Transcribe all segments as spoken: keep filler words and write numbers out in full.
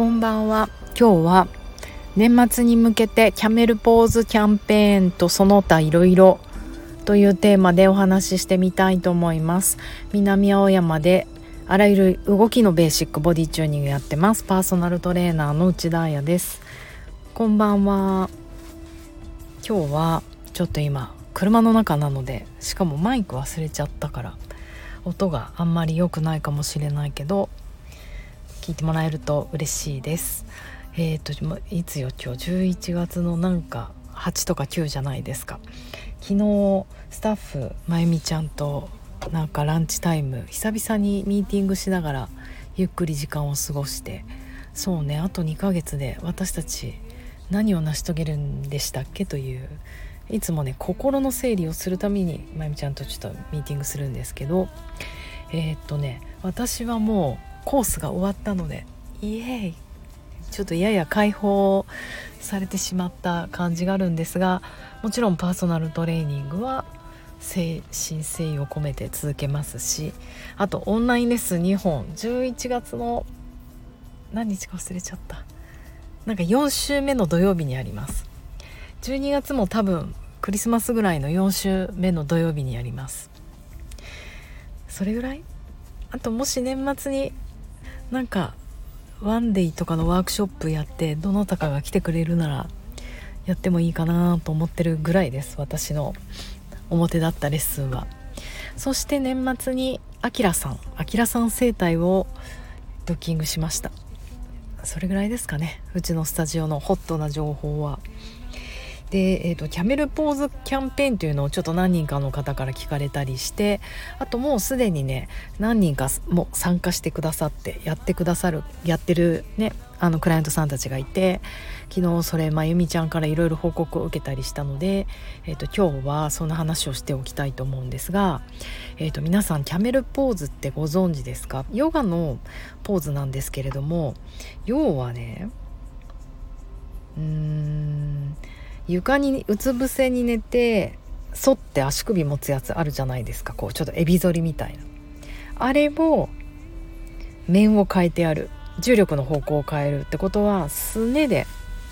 こんばんは。今日は年末に向けてキャメルポーズキャンペーンとその他いろいろというテーマでお話ししてみたいと思います。南青山であらゆる動きのベーシックボディチューニングやってます。パーソナルトレーナーの内田彩です。こんばんは。今日はちょっと今車の中なので、しかもマイク忘れちゃったから音があんまり良くないかもしれないけど、聞いてもらえると嬉しいです。えーといつよ、今日じゅういちがつのなんかはちとかきゅうじゃないですか。昨日スタッフまゆみちゃんとなんかランチタイム久々にミーティングしながらゆっくり時間を過ごして、そうね、あとにかげつで私たち何を成し遂げるんでしたっけという、いつもね心の整理をするためにまゆみちゃんとちょっとミーティングするんですけど、えー、っとね私はもうコースが終わったのでイエーイ、ちょっとやや解放されてしまった感じがあるんですが、もちろんパーソナルトレーニングは誠心誠意を込めて続けますし、あとオンラインレッスンにほんじゅういちがつの何日か忘れちゃった、なんかよん週目の土曜日にあります。じゅうにがつも多分クリスマスぐらいのよん週目の土曜日にあります。それぐらい。あともし年末になんかワンデイとかのワークショップやってどなたかが来てくれるならやってもいいかなと思ってるぐらいです、私の表だったレッスンは。そして年末にあきらさんあきらさん生態をブッキングしました。それぐらいですかね、うちのスタジオのホットな情報は。で、えーと、キャメルポーズキャンペーンというのをちょっと何人かの方から聞かれたりして、あともうすでにね何人かも参加してくださってやってくださるやってるねあのクライアントさんたちがいて、昨日それまゆみちゃんからいろいろ報告を受けたりしたので、えーと、今日はそんな話をしておきたいと思うんですが、えーと、皆さんキャメルポーズってご存知ですか？ヨガのポーズなんですけれども、要はねうーん床にうつ伏せに寝て反って足首持つやつあるじゃないですか、こうちょっとエビ反りみたいな、あれを面を変えてやる、重力の方向を変えるってことはすねで、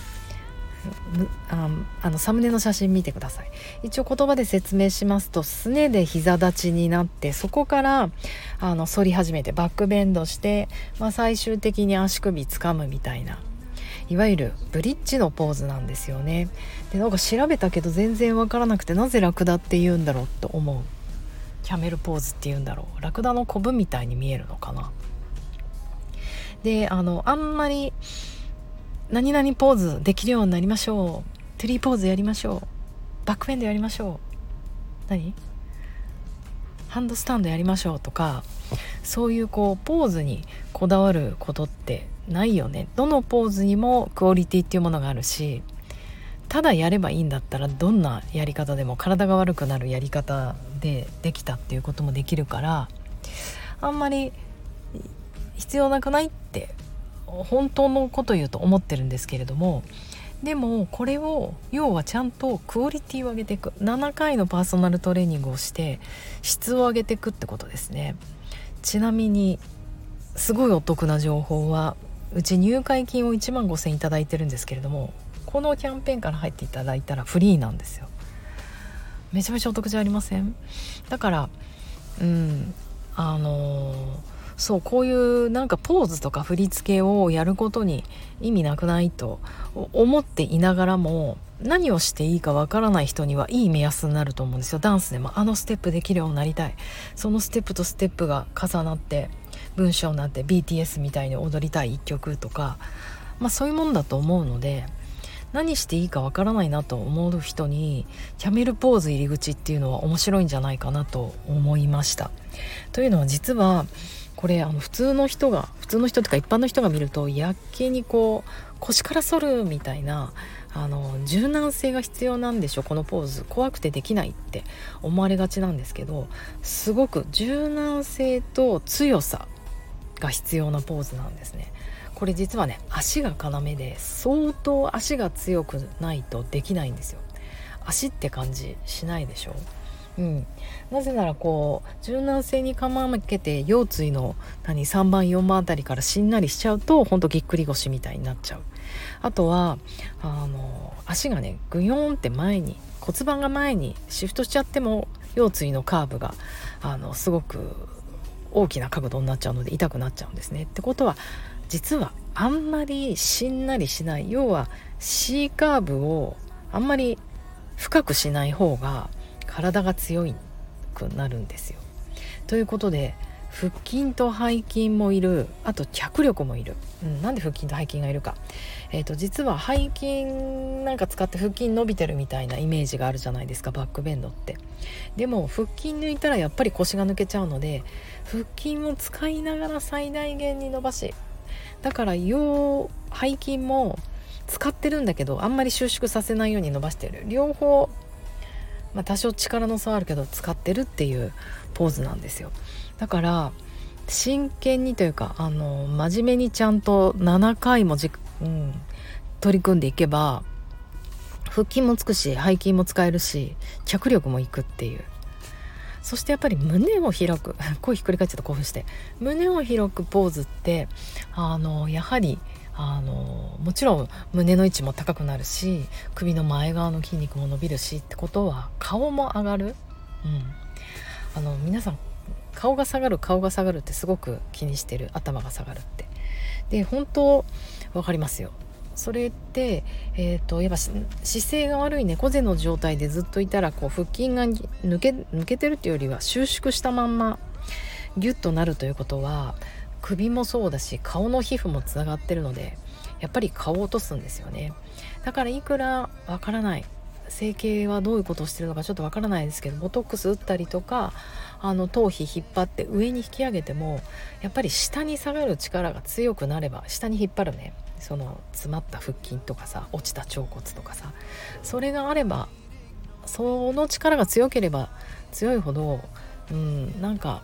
ああのサムネの写真見てください。一応言葉で説明しますと、すねで膝立ちになって、そこからあの反り始めてバックベンドして、まあ、最終的に足首掴むみたいな、いわゆるブリッジのポーズなんですよね。でなんか調べたけど全然わからなくて、なぜラクダって言うんだろうと思う。キャメルポーズって言うんだろう、ラクダのコブみたいに見えるのかな。であのあんまり何々ポーズできるようになりましょう、トゥリーポーズやりましょう、バックベンドやりましょう、何ハンドスタンドやりましょうとか、そういうこうポーズにこだわることってないよね。どのポーズにもクオリティっていうものがあるし、ただやればいいんだったらどんなやり方でも体が悪くなるやり方でできたっていうこともできるから、あんまり必要なくないって本当のこと言うと思ってるんですけれども、でもこれを要はちゃんとクオリティを上げていく、ななかいのパーソナルトレーニングをして質を上げていくってことですね。ちなみにすごいお得な情報は、うち入会金をいちまんごせんえんいただいてるんですけれども、このキャンペーンから入っていただいたらフリーなんですよ。めちゃめちゃお得じゃありません？だからうんあのー、そうこういうなんかポーズとか振り付けをやることに意味なくないと思っていながらも、何をしていいかわからない人にはいい目安になると思うんですよ。ダンスでもあのステップできるようになりたい、そのステップとステップが重なって文章になって ビーティーエス みたいに踊りたいいっきょくとか、まあそういうもんだと思うので、何していいかわからないなと思う人にキャメルポーズ入り口っていうのは面白いんじゃないかなと思いました。というのは実はこれあの普通の人が普通の人とか一般の人が見るとやっけにこう腰から反るみたいな、あの柔軟性が必要なんでしょこのポーズ、怖くてできないって思われがちなんですけど、すごく柔軟性と強さが必要なポーズなんですね。これ実はね足が要で、相当足が強くないとできないんですよ。足って感じしないでしょ。 うん、なぜならこう柔軟性にかまけて腰椎の何さんばんよんばんあたりからしんなりしちゃうとほんとぎっくり腰みたいになっちゃう。あとはあの足がねグヨーンって前に骨盤が前にシフトしちゃっても腰椎のカーブがあのすごく大きな角度になっちゃうので痛くなっちゃうんですね。ってことは実はあんまりしんなりしない、要は C カーブをあんまり深くしない方が体が強くなるんですよ。ということで腹筋と背筋もいる、あと脚力もいる、うん、なんで腹筋と背筋がいるか、えーと実は背筋なんか使って腹筋伸びてるみたいなイメージがあるじゃないですか、バックベンドって。でも腹筋抜いたらやっぱり腰が抜けちゃうので、腹筋を使いながら最大限に伸ばし、だから腰背筋も使ってるんだけどあんまり収縮させないように伸ばしてる、両方、まあ、多少力の差はあるけど使ってるっていうポーズなんですよ。だから真剣にというかあの真面目にちゃんとななかいもじ、うん、取り組んでいけば腹筋もつくし背筋も使えるし脚力もいくっていう。そしてやっぱり胸を開く声ひっくり返っちゃった興奮して胸を開くポーズってあのやはりあのもちろん胸の位置も高くなるし首の前側の筋肉も伸びるしってことは顔も上がる、うん、あの皆さん顔が下がる顔が下がるってすごく気にしてる、頭が下がるって。で本当わかりますよ。それって、えーと、やっぱ姿勢が悪い猫背の状態でずっといたらこう腹筋が抜け、抜けてるっていうよりは収縮したまんまギュッとなるということは首もそうだし顔の皮膚もつながってるのでやっぱり顔を落とすんですよね。だからいくらわからない整形はどういうことをしてるのかちょっとわからないですけどボトックス打ったりとかあの頭皮引っ張って上に引き上げてもやっぱり下に下がる力が強くなれば下に引っ張るねその詰まった腹筋とかさ落ちた腸骨とかさそれがあればその力が強ければ強いほどうんなんか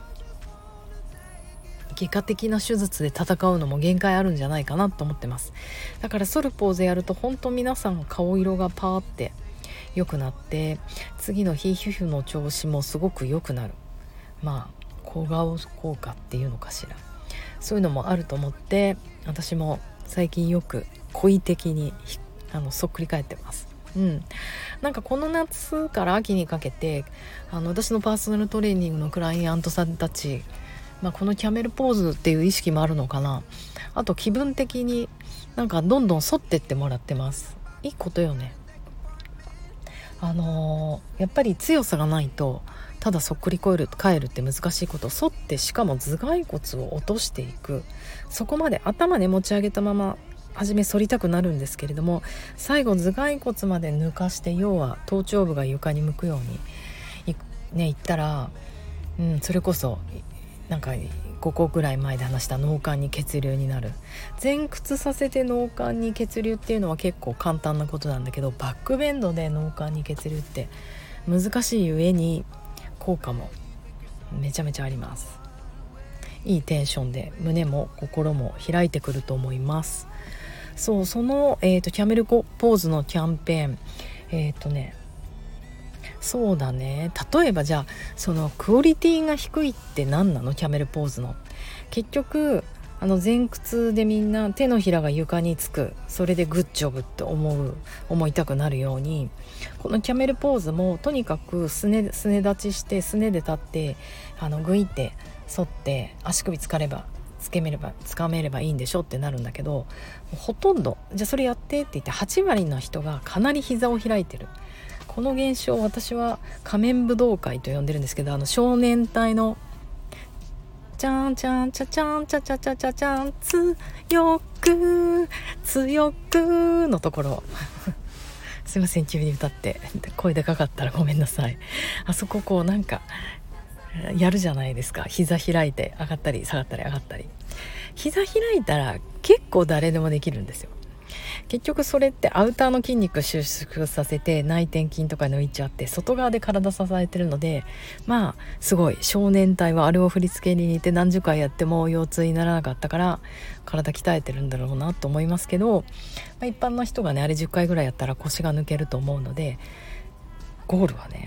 外科的な手術で戦うのも限界あるんじゃないかなと思ってます。だから反るポーズやると本当皆さん顔色がパーって良くなって次の日皮膚の調子もすごく良くなる、まあ小顔効果っていうのかしら、そういうのもあると思って私も最近よく故意的にあのそっくり返ってます。うん、なんかこの夏から秋にかけてあの私のパーソナルトレーニングのクライアントさんたち、まあ、このキャメルポーズっていう意識もあるのかな、あと気分的になんかどんどん反ってってもらってます。いいことよね。あのー、やっぱり強さがないとただそっくり返る、返るって難しいこと、反ってしかも頭蓋骨を落としていく、そこまで頭で持ち上げたまま初め反りたくなるんですけれども最後頭蓋骨まで抜かして要は頭頂部が床に向くようにい、ね、いったら、うん、それこそなんかごこぐらい前で話した脳幹に血流になる、前屈させて脳幹に血流っていうのは結構簡単なことなんだけどバックベンドで脳幹に血流って難しい上に効果もめちゃめちゃあります。いいテンションで胸も心も開いてくると思います。そうその、えーと、キャメルポーズのキャンペーンえっ、ー、とねそうだね例えばじゃあそのクオリティが低いって何なのキャメルポーズの。結局あの前屈でみんな手のひらが床につく、それでグッジョブって思う思いたくなるようにこのキャメルポーズもとにかくすね、すね立ちしてすねで立ってあのグイって反って足首つかればつけめればつかめればいいんでしょってなるんだけどほとんどじゃあそれやってって言ってはち割の人がかなり膝を開いてる。この現象を私は仮面武道会と呼んでるんですけどあの少年隊のチャンチャンチャチャンチャチャチャチャチャン強く強くのところすいません急に歌って声でかかったらごめんなさい。あそここうなんかやるじゃないですか。膝開いて上がったり下がったり上がったり、膝開いたら結構誰でもできるんですよ。結局それってアウターの筋肉収縮させて内転筋とか抜いちゃって外側で体支えてるのでまあすごい少年隊はあれを振り付けに似て何十回やっても腰痛にならなかったから体鍛えてるんだろうなと思いますけど、まあ、一般の人がねあれじゅっかいぐらいやったら腰が抜けると思うのでゴールはね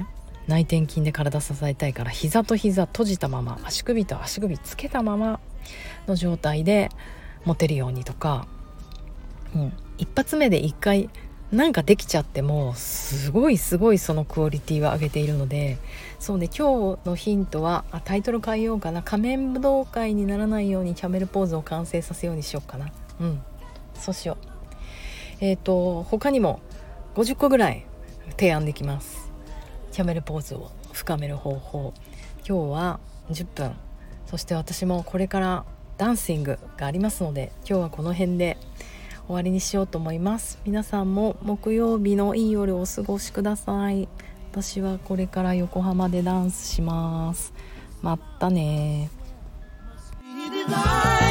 内転筋で体支えたいから、膝と膝閉じたまま、足首と足首つけたままの状態で持てるようにとか、うん、一発目で一回なんかできちゃってもすごいすごいそのクオリティは上げているので、そうね、今日のヒントはあタイトル変えようかな。仮面武道会にならないようにキャメルポーズを完成させようにしようかな。うんそうしよう。えっと他にもごじゅっこぐらい提案できます。キャメルポーズを深める方法。今日はじゅっぷん、そして私もこれからダンシングがありますので、今日はこの辺で終わりにしようと思います。皆さんも木曜日のいい夜をお過ごしください。私はこれから横浜でダンスします。またね。